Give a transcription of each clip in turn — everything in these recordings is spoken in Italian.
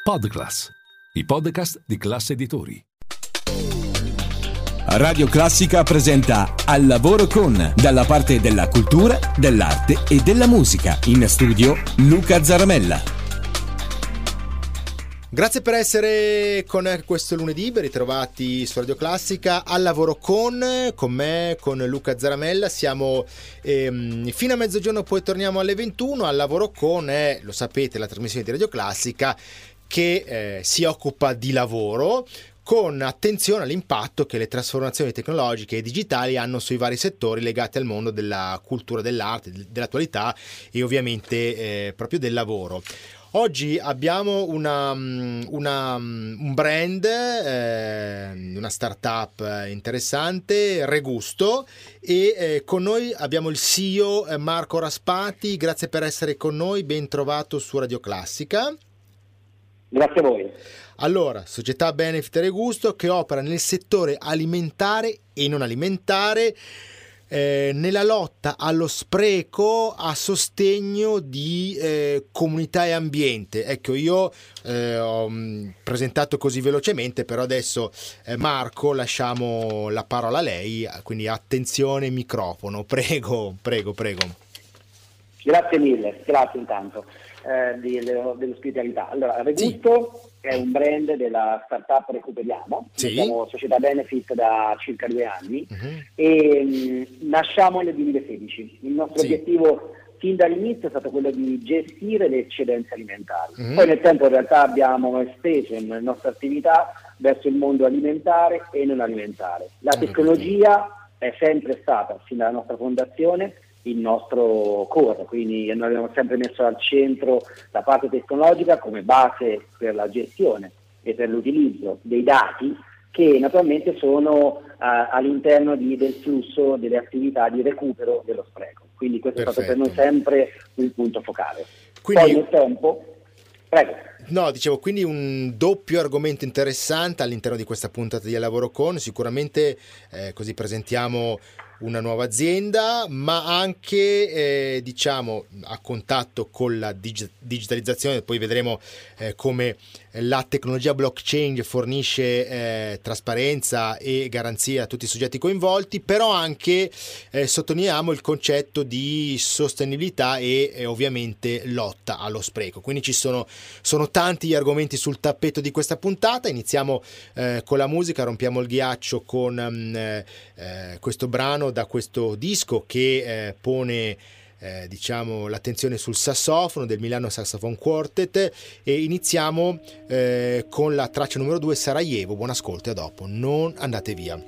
Podclass, i podcast di Class Editori. Radio Classica presenta Al lavoro con, dalla parte della cultura, dell'arte e della musica. In studio Luca Zaramella. Grazie per essere con questo lunedì, ben ritrovati su Radio Classica. Al lavoro con me, con Luca Zaramella. Siamo fino a mezzogiorno, poi torniamo alle 21. Al lavoro con lo sapete, la trasmissione di Radio Classica che si occupa di lavoro, con attenzione all'impatto che le trasformazioni tecnologiche e digitali hanno sui vari settori legati al mondo della cultura, dell'arte, dell'attualità e ovviamente proprio del lavoro. Oggi abbiamo un brand, una startup interessante, Regusto, e con noi abbiamo il CEO Marco Raspati. Grazie per essere con noi, ben trovato su Radio Classica. Grazie a voi. Allora, società Benefit Regusto che opera nel settore alimentare e non alimentare, nella lotta allo spreco a sostegno di comunità e ambiente. Ecco, io ho presentato così velocemente, però adesso Marco, lasciamo la parola a lei, quindi attenzione microfono, prego. Grazie mille, grazie intanto dell'ospitalità. Allora, Regusto è un brand della startup Recuperiamo. Sì. Siamo società Benefit da circa 2 anni e nasciamo nel 2016. Il nostro obiettivo fin dall'inizio è stato quello di gestire le eccedenze alimentari. Poi nel tempo in realtà abbiamo esteso le nostre attività verso il mondo alimentare e non alimentare. La tecnologia è sempre stata, fin dalla nostra fondazione, il nostro core, quindi noi abbiamo sempre messo al centro la parte tecnologica come base per la gestione e per l'utilizzo dei dati che naturalmente sono all'interno del flusso delle attività di recupero dello spreco. Quindi questo è stato per noi sempre un punto focale. Quindi, poi nel tempo, prego. No, dicevo, quindi un doppio argomento interessante all'interno di questa puntata di Al lavoro con, sicuramente così presentiamo una nuova azienda, ma anche diciamo a contatto con la digitalizzazione. Poi vedremo come la tecnologia blockchain fornisce trasparenza e garanzia a tutti i soggetti coinvolti, però anche sottolineiamo il concetto di sostenibilità e ovviamente lotta allo spreco. Quindi sono tanti gli argomenti sul tappeto di questa puntata. Iniziamo con la musica, rompiamo il ghiaccio con questo brano da questo disco che pone diciamo l'attenzione sul sassofono del Milano Saxophone Quartet, e iniziamo con la traccia numero 2, Sarajevo. Buon ascolto e a dopo, non andate via.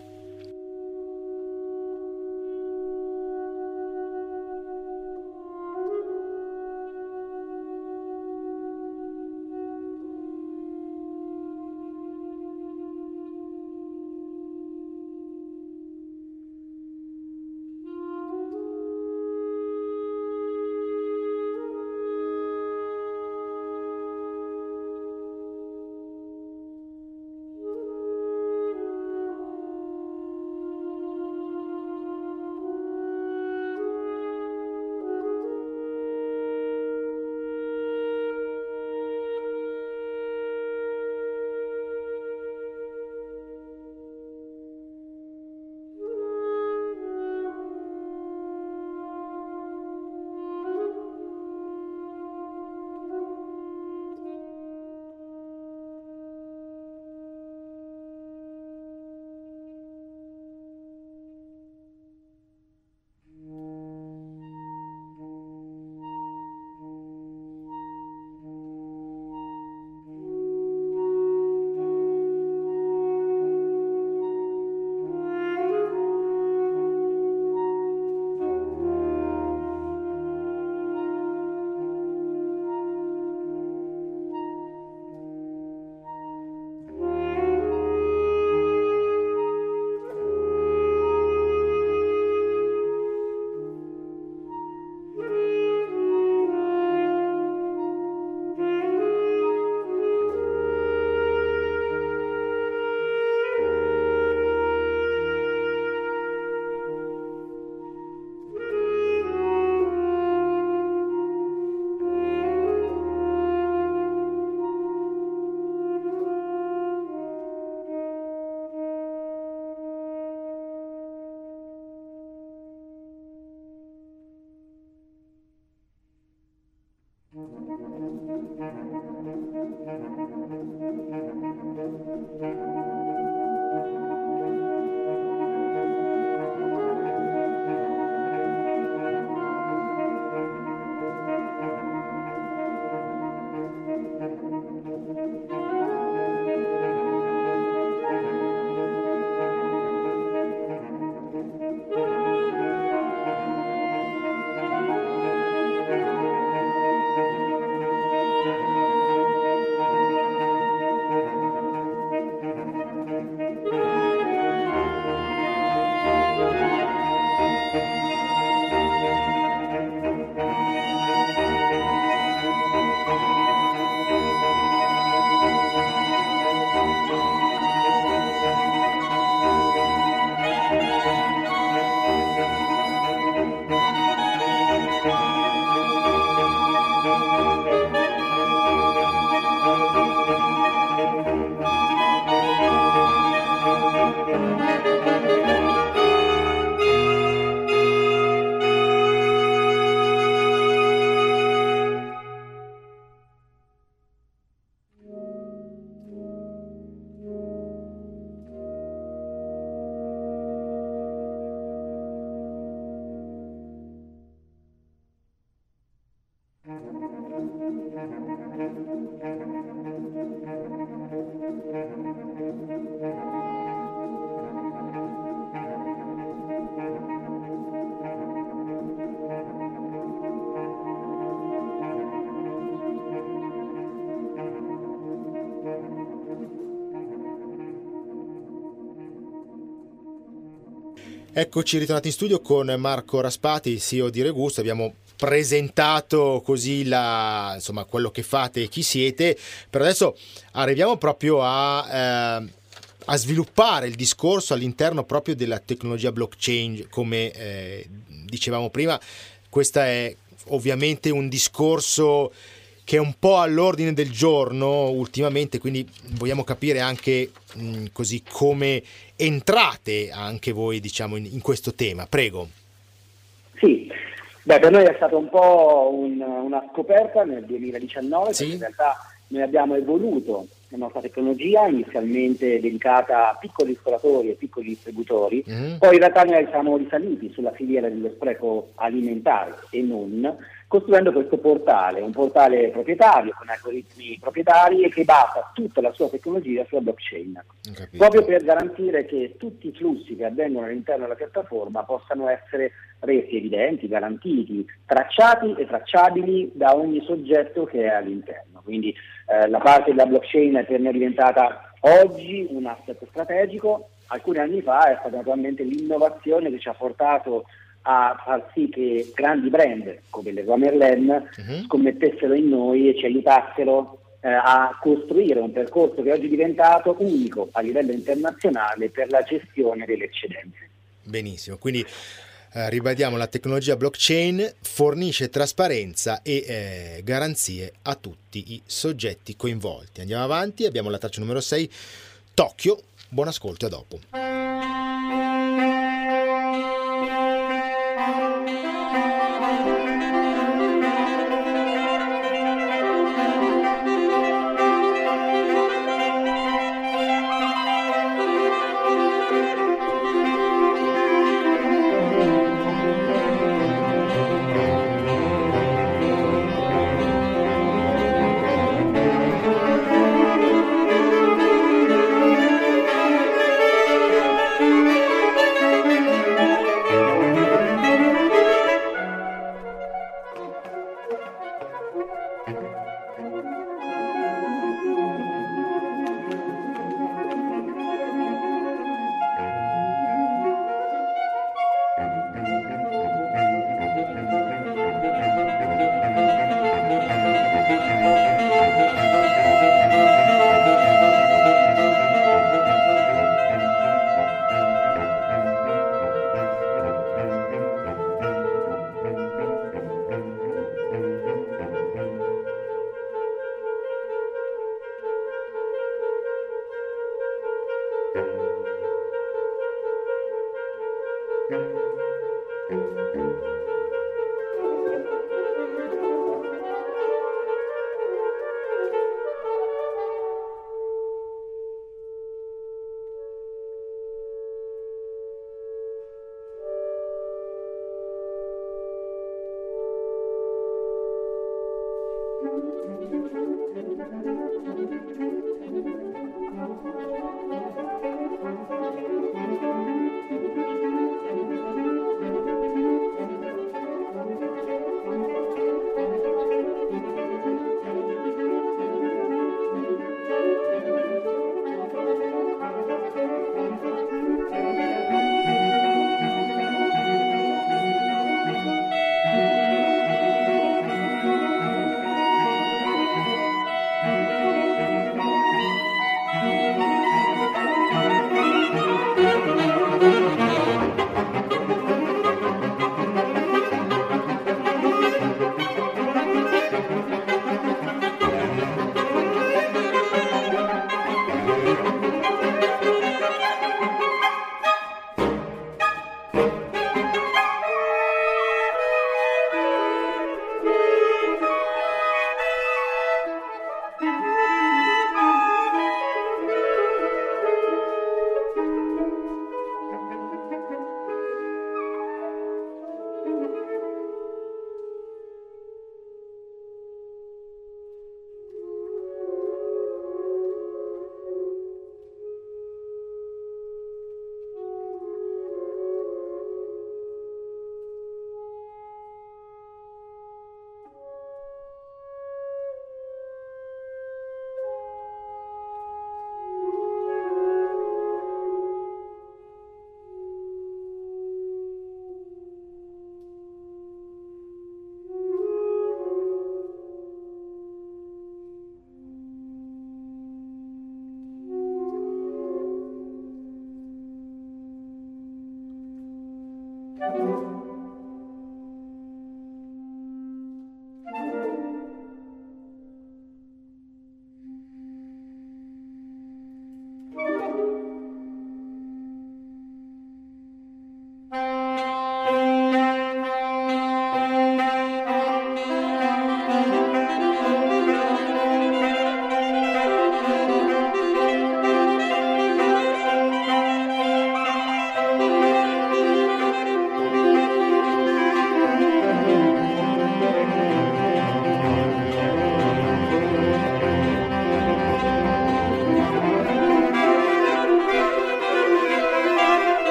Eccoci ritornati in studio con Marco Raspati, CEO di Regusto. Abbiamo presentato così insomma, quello che fate e chi siete. Per adesso arriviamo proprio a sviluppare il discorso all'interno proprio della tecnologia blockchain, come dicevamo prima. Questo è ovviamente un discorso che è un po' all'ordine del giorno ultimamente, quindi vogliamo capire anche così come entrate anche voi, diciamo, in questo tema. Prego. Sì, per noi è stata un po' una scoperta nel 2019, sì. Perché in realtà noi abbiamo evoluto la nostra tecnologia, inizialmente dedicata a piccoli scolatori e piccoli distributori, poi in realtà noi siamo risaliti sulla filiera dello spreco alimentare e non, costruendo questo portale, un portale proprietario con algoritmi proprietari e che basa tutta la sua tecnologia sulla blockchain, proprio per garantire che tutti i flussi che avvengono all'interno della piattaforma possano essere resi evidenti, garantiti, tracciati e tracciabili da ogni soggetto che è all'interno. Quindi la parte della blockchain è per noi diventata oggi un asset strategico. Alcuni anni fa è stata naturalmente l'innovazione che ci ha portato a far sì che grandi brand come Leroy Merlin scommettessero in noi e ci aiutassero a costruire un percorso che oggi è diventato unico a livello internazionale per la gestione delle eccedenze. Benissimo, quindi ribadiamo, la tecnologia blockchain fornisce trasparenza e garanzie a tutti i soggetti coinvolti. Andiamo avanti, abbiamo la traccia numero 6, Tokyo. Buon ascolto, a dopo.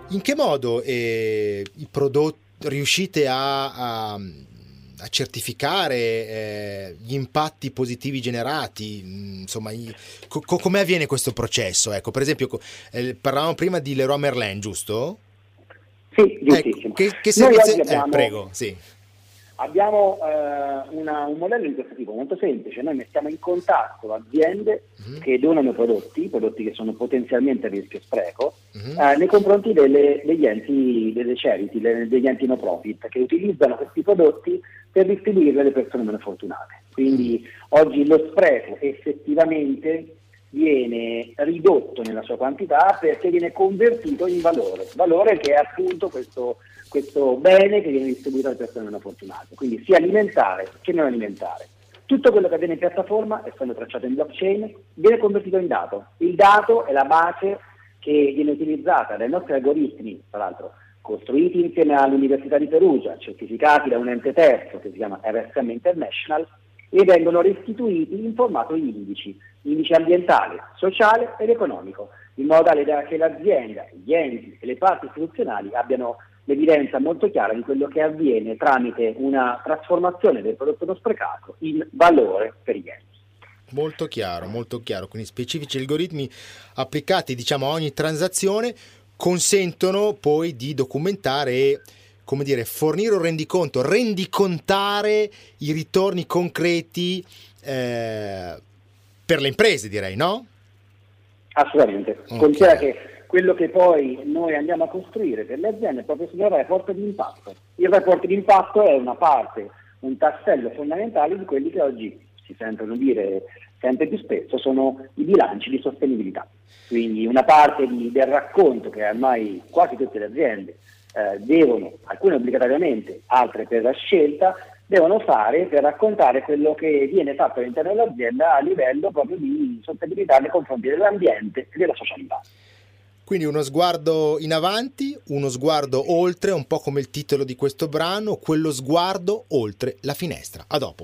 In che modo i prodotti riuscite a certificare gli impatti positivi generati? Insomma, come avviene questo processo? Ecco, per esempio, parlavamo prima di Leroy Merlin, giusto? Sì, giustissimo. Ecco, che servizi... prego, sì. Abbiamo un modello di questo tipo molto semplice. Noi mettiamo in contatto aziende che donano prodotti che sono potenzialmente a rischio spreco nei confronti degli enti, delle charity, degli enti no profit che utilizzano questi prodotti per distribuirli alle persone meno fortunate. Quindi oggi lo spreco effettivamente viene ridotto nella sua quantità perché viene convertito in valore che è appunto questo bene che viene distribuito alle persone meno fortunate, quindi sia alimentare che non alimentare. Tutto quello che avviene in piattaforma, essendo tracciato in blockchain, viene convertito in dato. Il dato è la base che viene utilizzata dai nostri algoritmi, tra l'altro costruiti insieme all'Università di Perugia, certificati da un ente terzo che si chiama RSM International, e vengono restituiti in formato indici ambientale, sociale ed economico, in modo tale che l'azienda, gli enti e le parti istituzionali abbiano l'evidenza molto chiara di quello che avviene tramite una trasformazione del prodotto non sprecato in valore per gli enti. Molto chiaro, quindi specifici algoritmi applicati, diciamo, a ogni transazione consentono poi di documentare e, come dire, fornire un rendicontare i ritorni concreti per le imprese, direi, no? Assolutamente. Okay. Considera che quello che poi noi andiamo a costruire per le aziende è proprio sul report di impatto. Il report di impatto è una parte, un tassello fondamentale di quelli che oggi si sentono dire sempre più spesso sono i bilanci di sostenibilità. Quindi una parte del racconto che ormai quasi tutte le aziende devono, alcune obbligatoriamente, altre per la scelta, devono fare per raccontare quello che viene fatto all'interno dell'azienda a livello proprio di sostenibilità nei confronti dell'ambiente e della socialità. Quindi uno sguardo in avanti, uno sguardo oltre, un po' come il titolo di questo brano, quello sguardo oltre la finestra. A dopo.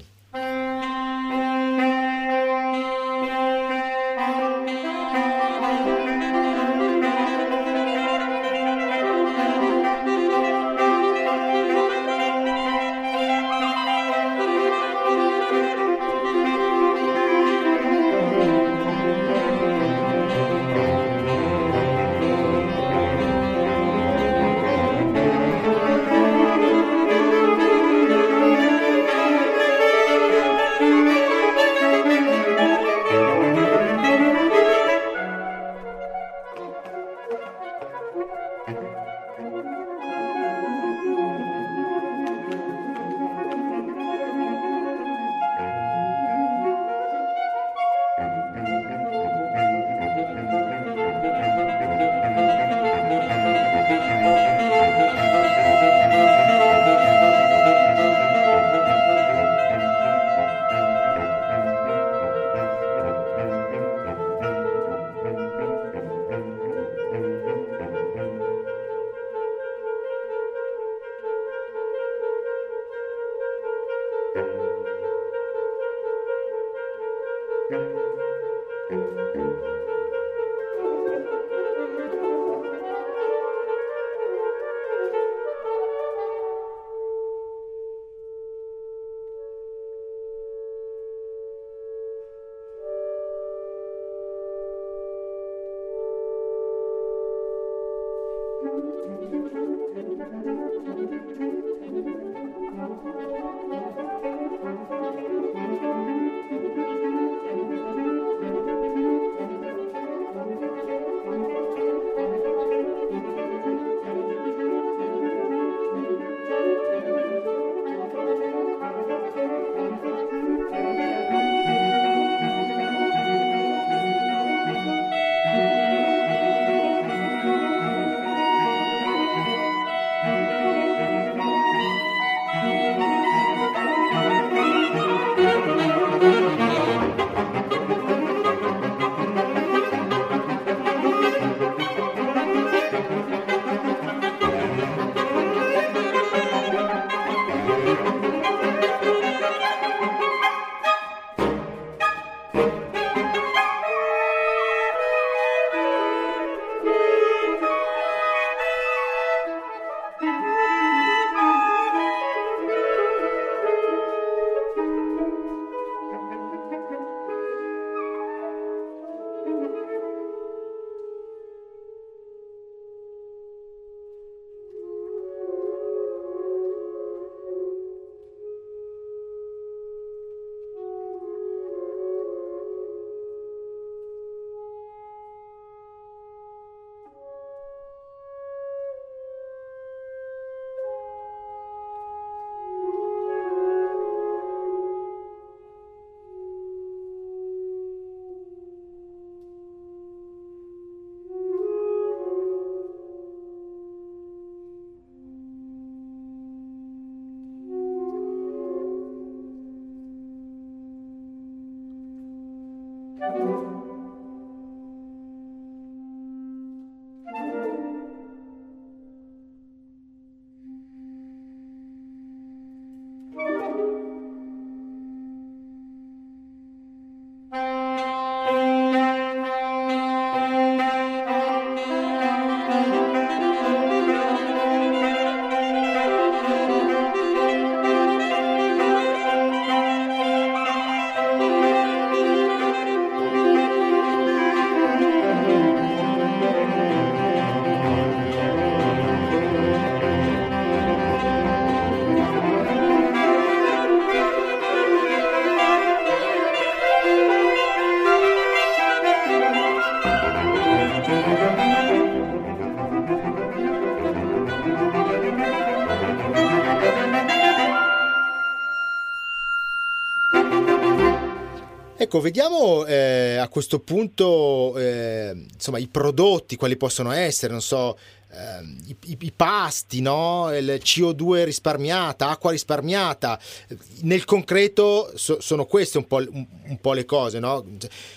Ecco, vediamo a questo punto insomma i prodotti, quali possono essere, non so, i pasti, no? Il CO2 risparmiata, acqua risparmiata. Nel concreto sono queste un po' le cose, no?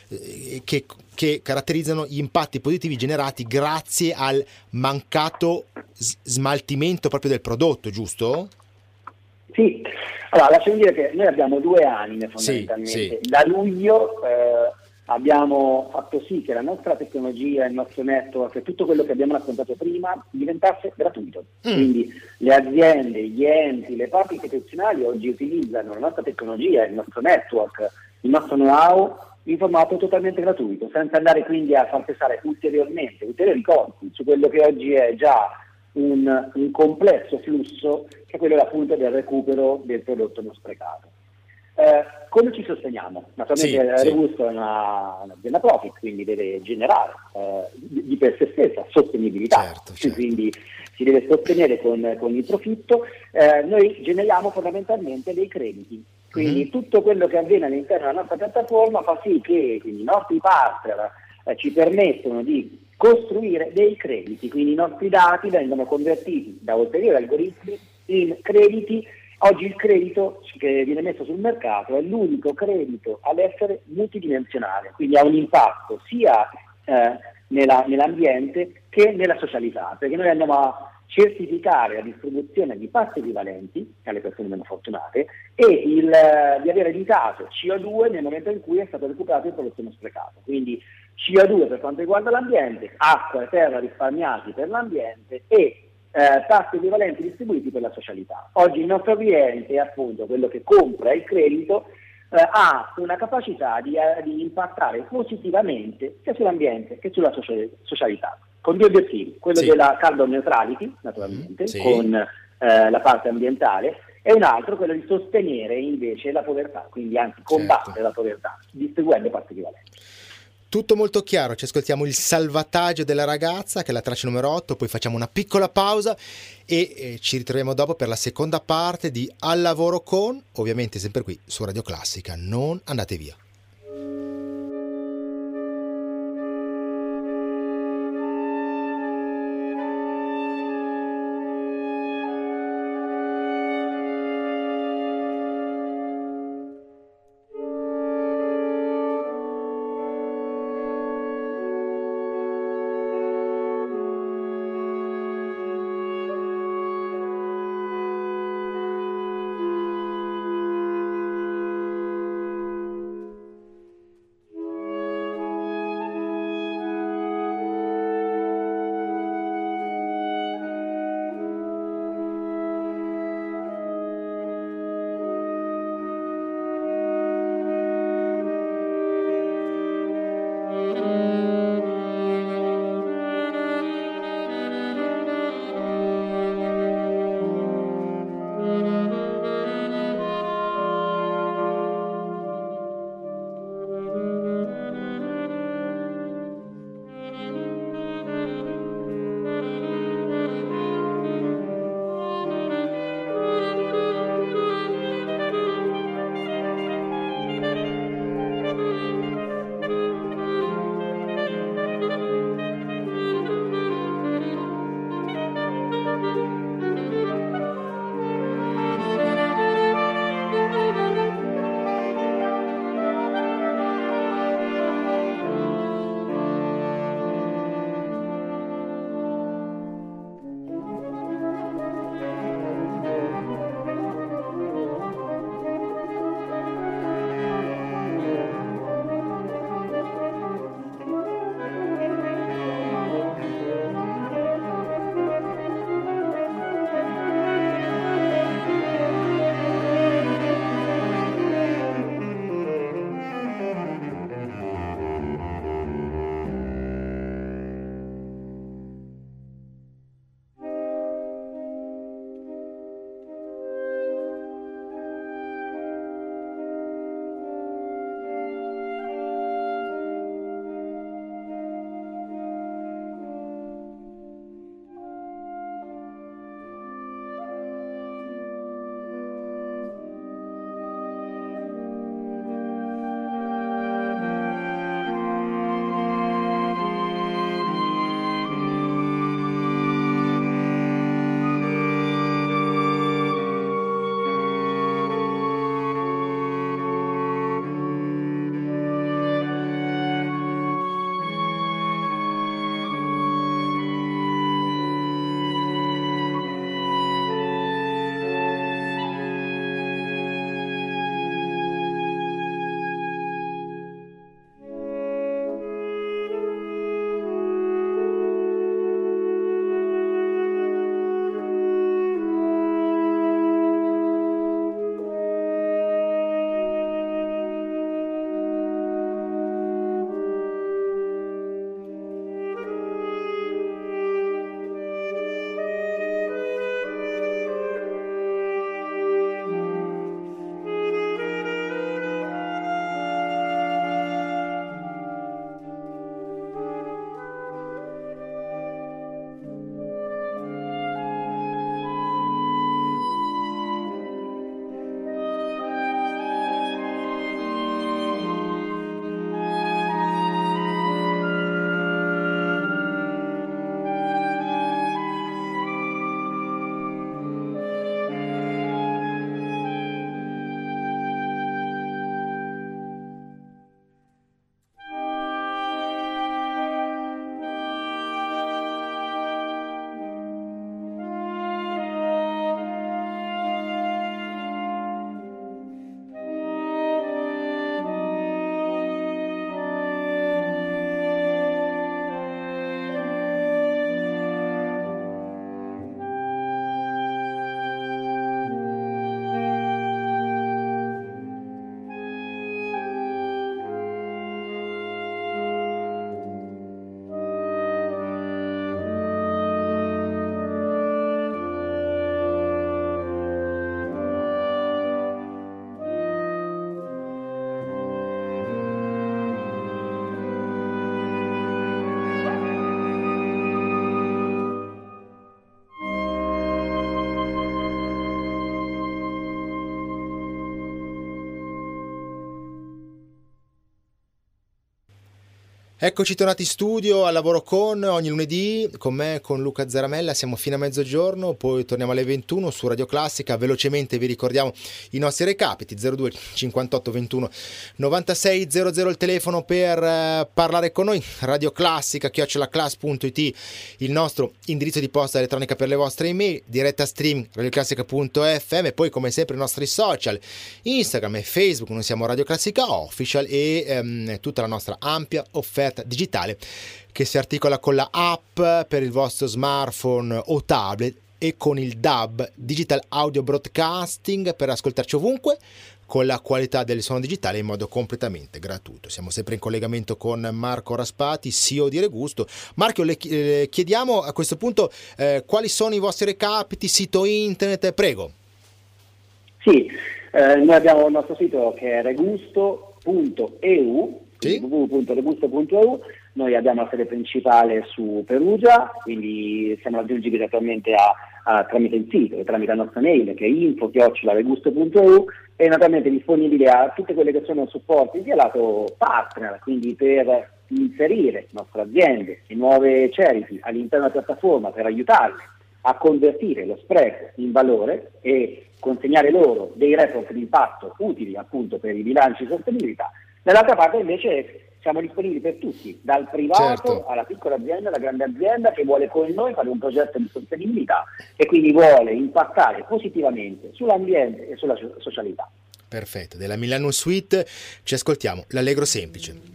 Che caratterizzano gli impatti positivi generati grazie al mancato smaltimento proprio del prodotto, giusto? Sì, allora lasciami dire che noi abbiamo due anime fondamentalmente. Sì. Da luglio abbiamo fatto sì che la nostra tecnologia, il nostro network e tutto quello che abbiamo raccontato prima diventasse gratuito. Quindi le aziende, gli enti, le parti istituzionali oggi utilizzano la nostra tecnologia, il nostro network, il nostro know-how in formato totalmente gratuito, senza andare quindi a far pesare ulteriori costi su quello che oggi è già un complesso flusso, che è quello appunto del recupero del prodotto non sprecato. Come ci sosteniamo? Naturalmente Regusto è un'azienda profit, quindi deve generare di per sé stessa sostenibilità, certo. Quindi si deve sostenere con il profitto. Noi generiamo fondamentalmente dei crediti, quindi tutto quello che avviene all'interno della nostra piattaforma fa sì che quindi i nostri partner ci permettono di costruire dei crediti, quindi i nostri dati vengono convertiti da ulteriori algoritmi in crediti. Oggi il credito che viene messo sul mercato è l'unico credito ad essere multidimensionale, quindi ha un impatto sia nell'ambiente che nella socialità, perché noi andiamo a certificare la distribuzione di parti equivalenti alle persone meno fortunate e di aver evitato CO2 nel momento in cui è stato recuperato il prodotto non sprecato. Quindi CO2 per quanto riguarda l'ambiente, acqua e terra risparmiati per l'ambiente e tassi equivalenti distribuiti per la socialità. Oggi il nostro cliente, appunto quello che compra il credito, ha una capacità di impattare positivamente sia sull'ambiente che sulla socialità, con due obiettivi: quello della carbon neutrality, naturalmente, con la parte ambientale, e un altro quello di sostenere invece la povertà, quindi anzi combattere la povertà, distribuendo parti equivalenti. Tutto molto chiaro, ci ascoltiamo il salvataggio della ragazza, che è la traccia numero 8, poi facciamo una piccola pausa e ci ritroviamo dopo per la seconda parte di Al lavoro con, ovviamente sempre qui su Radio Classica, non andate via. Eccoci tornati in studio al lavoro con ogni lunedì, con me, con Luca Zaramella, siamo fino a mezzogiorno, poi torniamo alle 21 su Radio Classica. Velocemente vi ricordiamo i nostri recapiti: 02 58 21 96 00 il telefono per parlare con noi, Radio Classica @class.it il nostro indirizzo di posta elettronica per le vostre email, diretta stream radioclassica.fm, e poi come sempre i nostri social, Instagram e Facebook, noi siamo Radio Classica Official, e tutta la nostra ampia offerta digitale che si articola con la app per il vostro smartphone o tablet e con il DAB, Digital Audio Broadcasting, per ascoltarci ovunque con la qualità del suono digitale in modo completamente gratuito. Siamo sempre in collegamento con Marco Raspati, CEO di Regusto. Marco, le chiediamo a questo punto quali sono i vostri recapiti, sito internet, prego. Sì, noi abbiamo il nostro sito che è regusto.eu, sì? www.regusto.eu. Noi abbiamo la sede principale su Perugia, quindi siamo raggiungibili attualmente tramite il sito e tramite la nostra mail che è info@regusto.eu, e naturalmente disponibile a tutte quelle che sono supporti sia lato partner, quindi per inserire nostre aziende e nuove charity all'interno della piattaforma per aiutarle a convertire lo spreco in valore e consegnare loro dei report di impatto utili appunto per i bilanci di sostenibilità. Dall'altra parte invece siamo disponibili per tutti, dal privato certo, alla piccola azienda, alla grande azienda che vuole con noi fare un progetto di sostenibilità e quindi vuole impattare positivamente sull'ambiente e sulla socialità. Perfetto, della Milano Suite ci ascoltiamo l'Allegro semplice.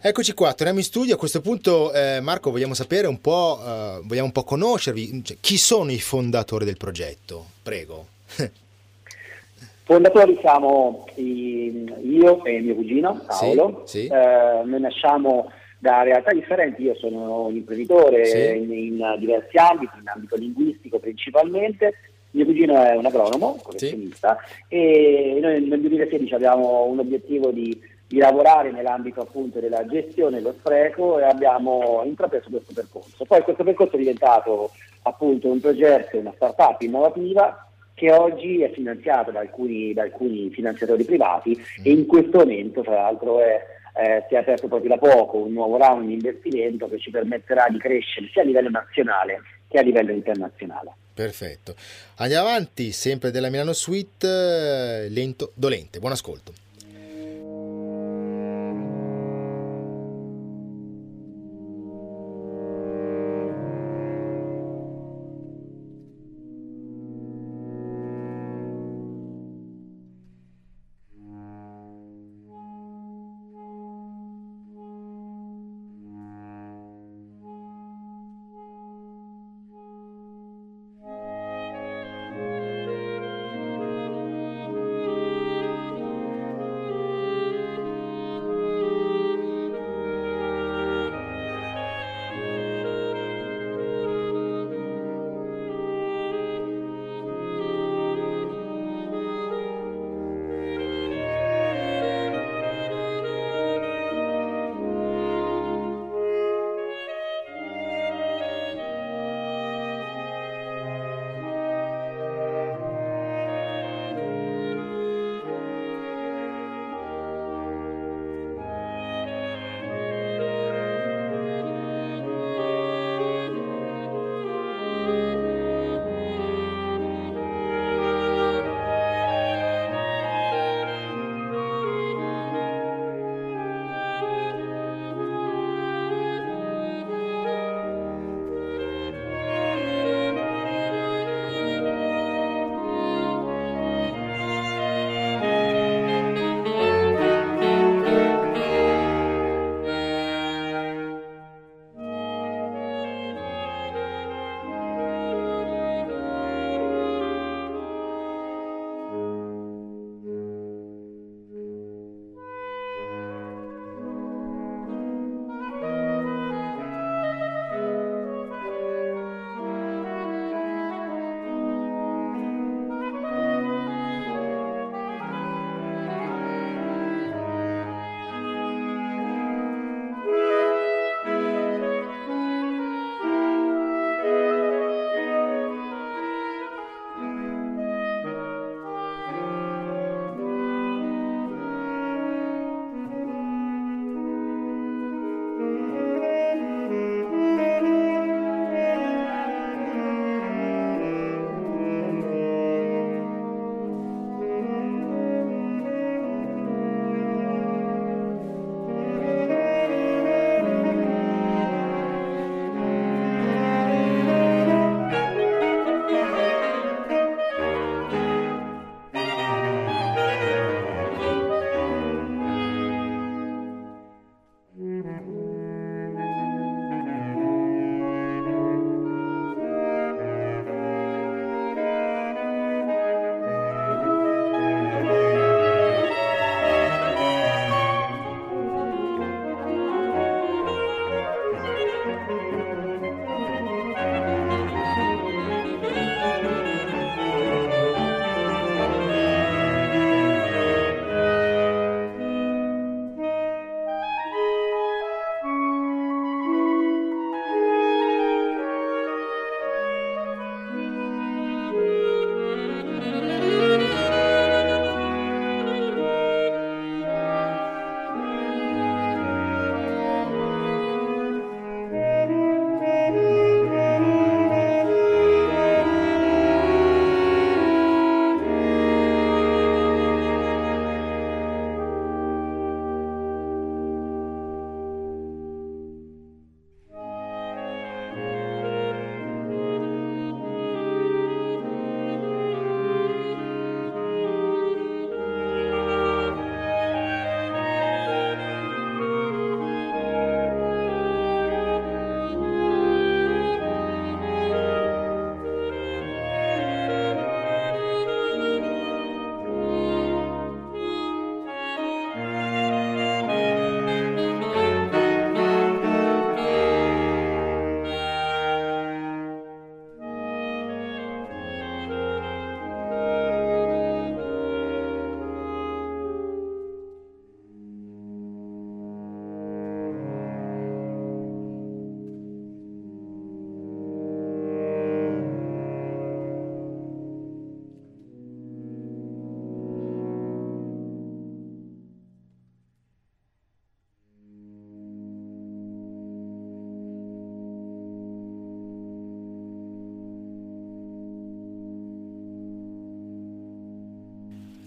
Eccoci qua, torniamo in studio. A questo punto, Marco, vogliamo sapere un po', vogliamo un po' conoscervi. Cioè, chi sono i fondatori del progetto? Prego. Fondatori siamo io e mio cugino Paolo. Sì. Noi nasciamo da realtà differenti. Io sono un imprenditore in diversi ambiti, in ambito linguistico principalmente. Mio cugino è un agronomo, professionista, e noi nel 2016 abbiamo un obiettivo di lavorare nell'ambito appunto della gestione dello spreco e abbiamo intrapreso questo percorso. Poi questo percorso è diventato appunto un progetto, una startup innovativa che oggi è finanziato da alcuni finanziatori privati e in questo momento tra l'altro si è aperto proprio da poco un nuovo round di investimento che ci permetterà di crescere sia a livello nazionale che a livello internazionale. Perfetto. Andiamo avanti, sempre della Milano Suite, lento dolente. Buon ascolto.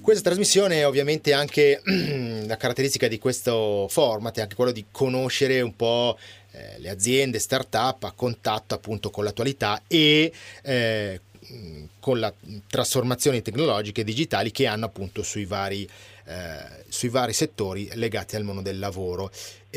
Questa trasmissione è ovviamente anche la caratteristica di questo format, è anche quello di conoscere un po' le aziende, start-up a contatto appunto con l'attualità e con la trasformazioni tecnologiche e digitali che hanno appunto sui vari settori legati al mondo del lavoro.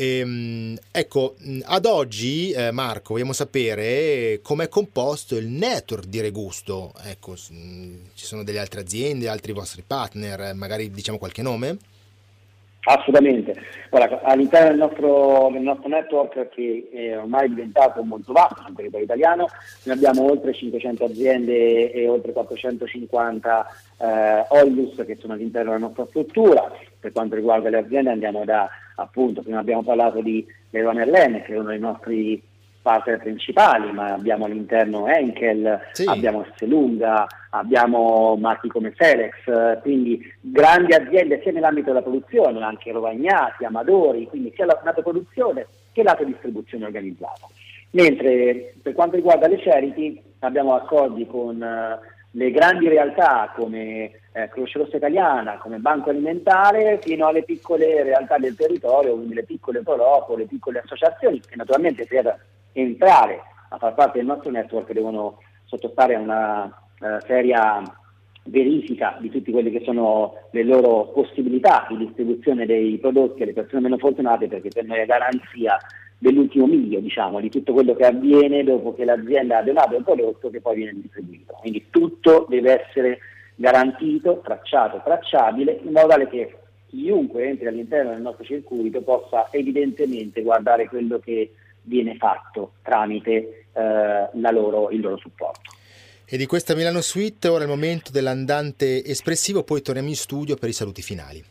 Ecco, ad oggi Marco, vogliamo sapere com'è composto il network di Regusto. Ecco, ci sono delle altre aziende, altri vostri partner, magari diciamo qualche nome? Assolutamente. Guarda, all'interno del nostro network, che è ormai diventato molto vasto sul territorio italiano, noi abbiamo oltre 500 aziende e oltre 450 Onlus che sono all'interno della nostra struttura. Per quanto riguarda le aziende andiamo da, appunto, prima abbiamo parlato di Leroy Merlin, che è uno dei nostri partner principali, ma abbiamo all'interno Henkel, sì, abbiamo Esselunga, abbiamo marchi come Selex, quindi grandi aziende sia nell'ambito della produzione, anche Rovagnati, Amadori, quindi sia lato produzione che lato distribuzione organizzata. Mentre per quanto riguarda le charity abbiamo accordi con le grandi realtà come Croce Rossa Italiana, come Banco Alimentare, fino alle piccole realtà del territorio, quindi le piccole pro-op, le piccole associazioni, che naturalmente per entrare a far parte del nostro network devono sottostare a una seria verifica di tutte quelle che sono le loro possibilità di distribuzione dei prodotti alle persone meno fortunate, perché per noi è garanzia dell'ultimo miglio, diciamo, di tutto quello che avviene dopo che l'azienda ha donato il prodotto che poi viene distribuito. Quindi tutto deve essere garantito, tracciato, tracciabile, in modo tale che chiunque entri all'interno del nostro circuito possa evidentemente guardare quello che viene fatto tramite il loro supporto. E di questa Milano Suite ora è il momento dell'andante espressivo, poi torniamo in studio per i saluti finali.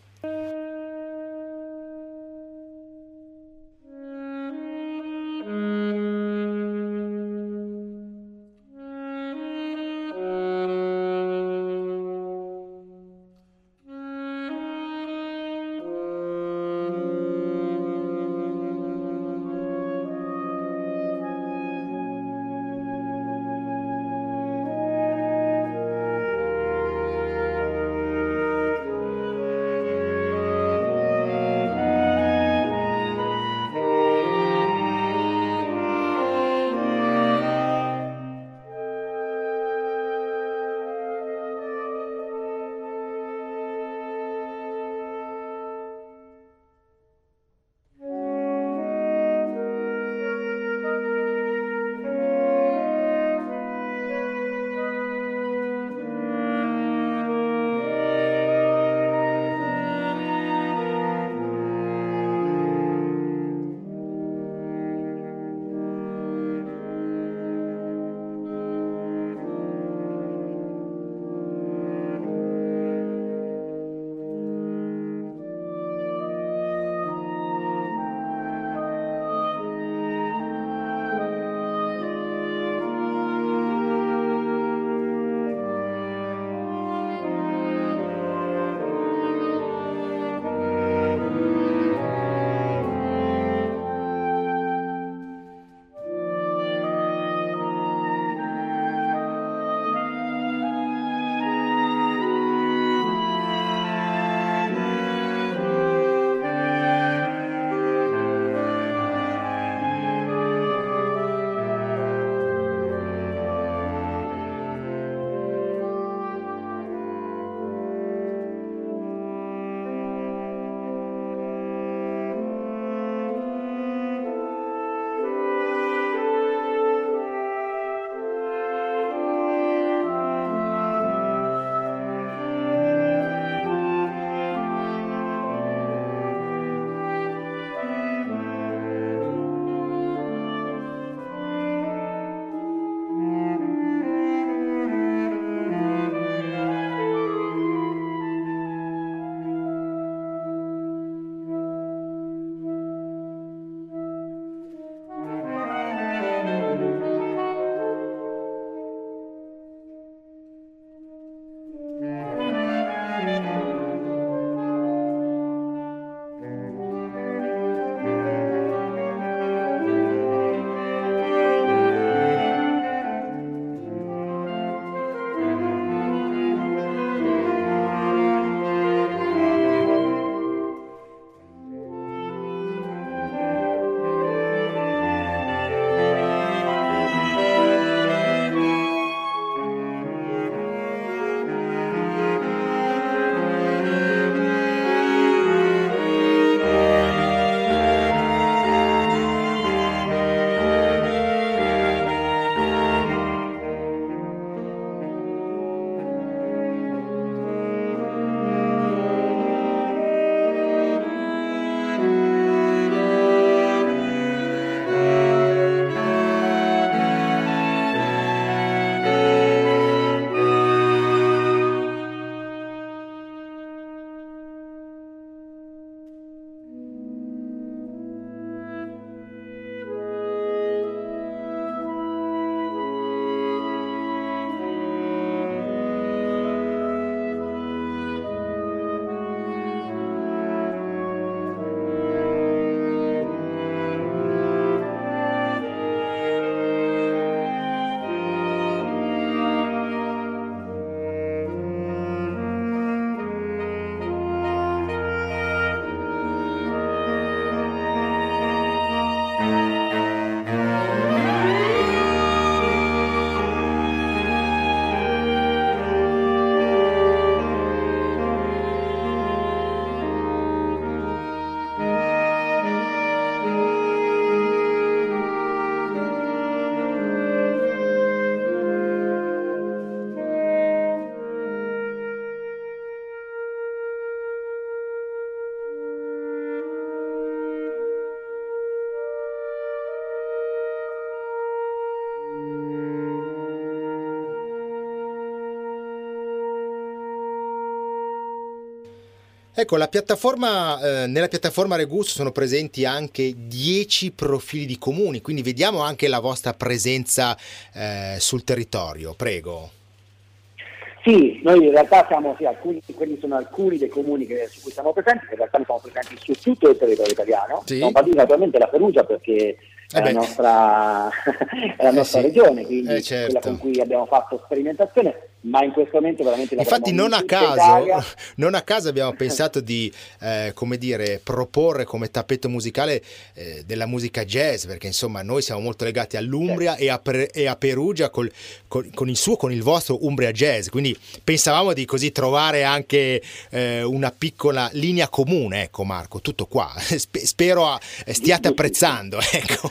Ecco, la piattaforma, nella piattaforma Regusto sono presenti anche 10 profili di comuni, quindi vediamo anche la vostra presenza sul territorio, prego. Sì, noi in realtà siamo, quelli sono alcuni dei comuni su cui siamo presenti, in realtà siamo presenti su tutto il territorio italiano, siamo partiti naturalmente da Perugia perché è la nostra regione, quindi certo. Quella con cui abbiamo fatto sperimentazione, ma in questo momento veramente infatti non a caso abbiamo pensato di proporre come tappeto musicale della musica jazz, perché insomma noi siamo molto legati all'Umbria, certo. e a Perugia con il vostro Umbria Jazz, quindi pensavamo di così trovare anche una piccola linea comune. Ecco Marco, tutto qua, spero stiate apprezzando, ecco.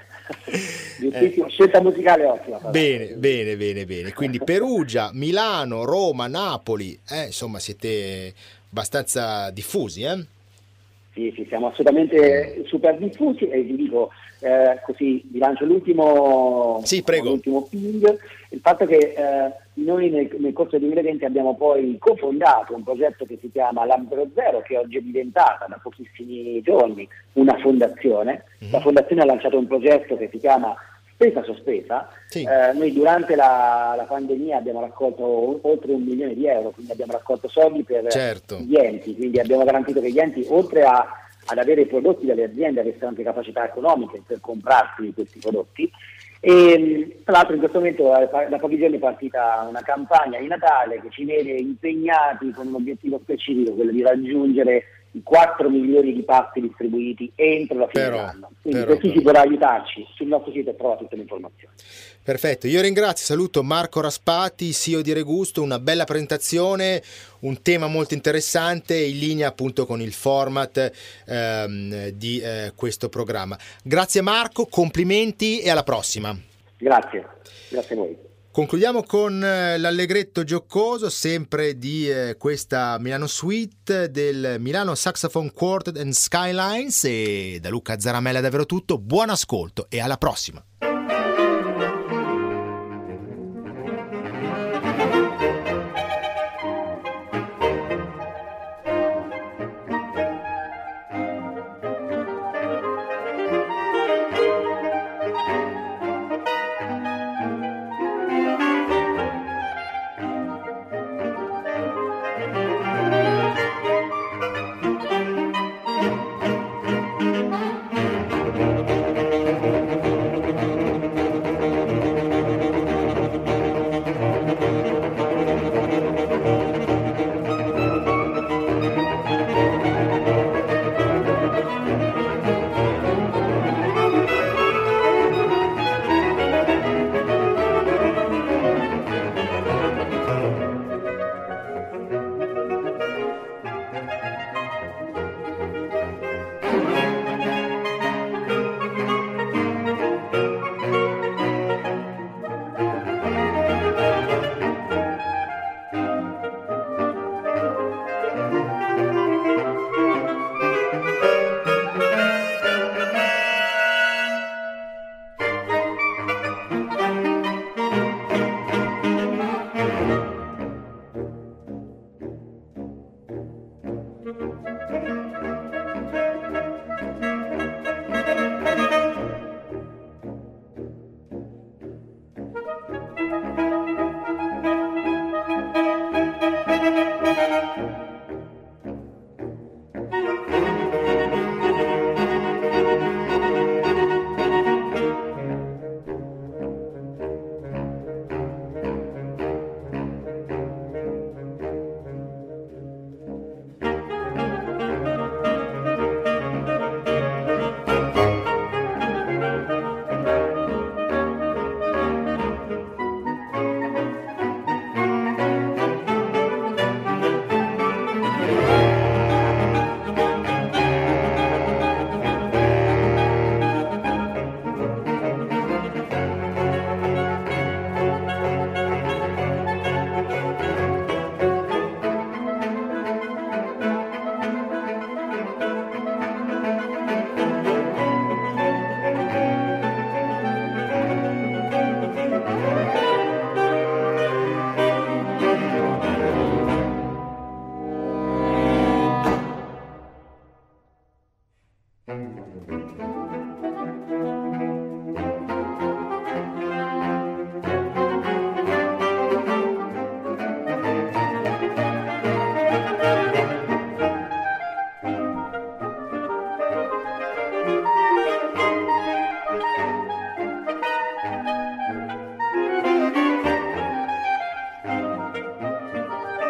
Scelta musicale ottima. Bene. Quindi Perugia, Milano, Roma, Napoli, insomma siete abbastanza diffusi, eh? Sì, siamo assolutamente super diffusi e vi dico, così vi lancio l'ultimo ping, il fatto che noi nel corso del 2020 abbiamo poi cofondato un progetto che si chiama Labbro Zero, che oggi è diventata da pochissimi giorni una fondazione. La fondazione ha lanciato un progetto che si chiama Spesa Sospesa. Sì. Noi durante la pandemia abbiamo raccolto oltre 1 milione di euro, quindi abbiamo raccolto soldi per gli enti, quindi abbiamo garantito che gli enti, oltre ad avere i prodotti dalle aziende, avessero anche capacità economiche per comprarsi questi prodotti. E tra l'altro in questo momento da pochi giorni è partita una campagna di Natale che ci vede impegnati con un obiettivo specifico, quello di raggiungere i 4 milioni di pasti distribuiti entro la fine dell'anno. Quindi per chi ci vorrà aiutarci, sul nostro sito trova tutte le informazioni. Perfetto, io ringrazio, saluto Marco Raspati, CEO di Regusto, una bella presentazione, un tema molto interessante in linea appunto con il format di questo programma. Grazie Marco, complimenti e alla prossima. Grazie a voi. Concludiamo con l'allegretto giocoso sempre di questa Milano Suite del Milano Saxophone Quartet and Skylines, e da Luca Zaramella è davvero tutto, buon ascolto e alla prossima.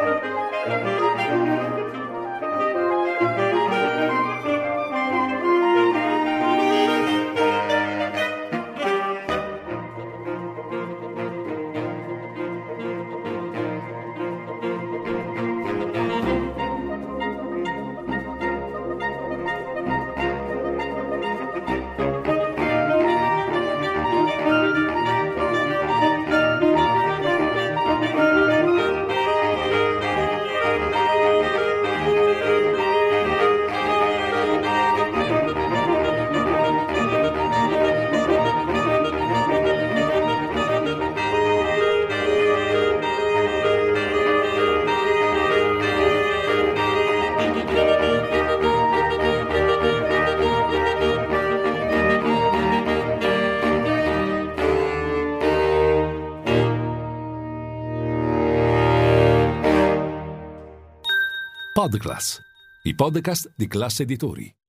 Podclass, i podcast di Classe Editori.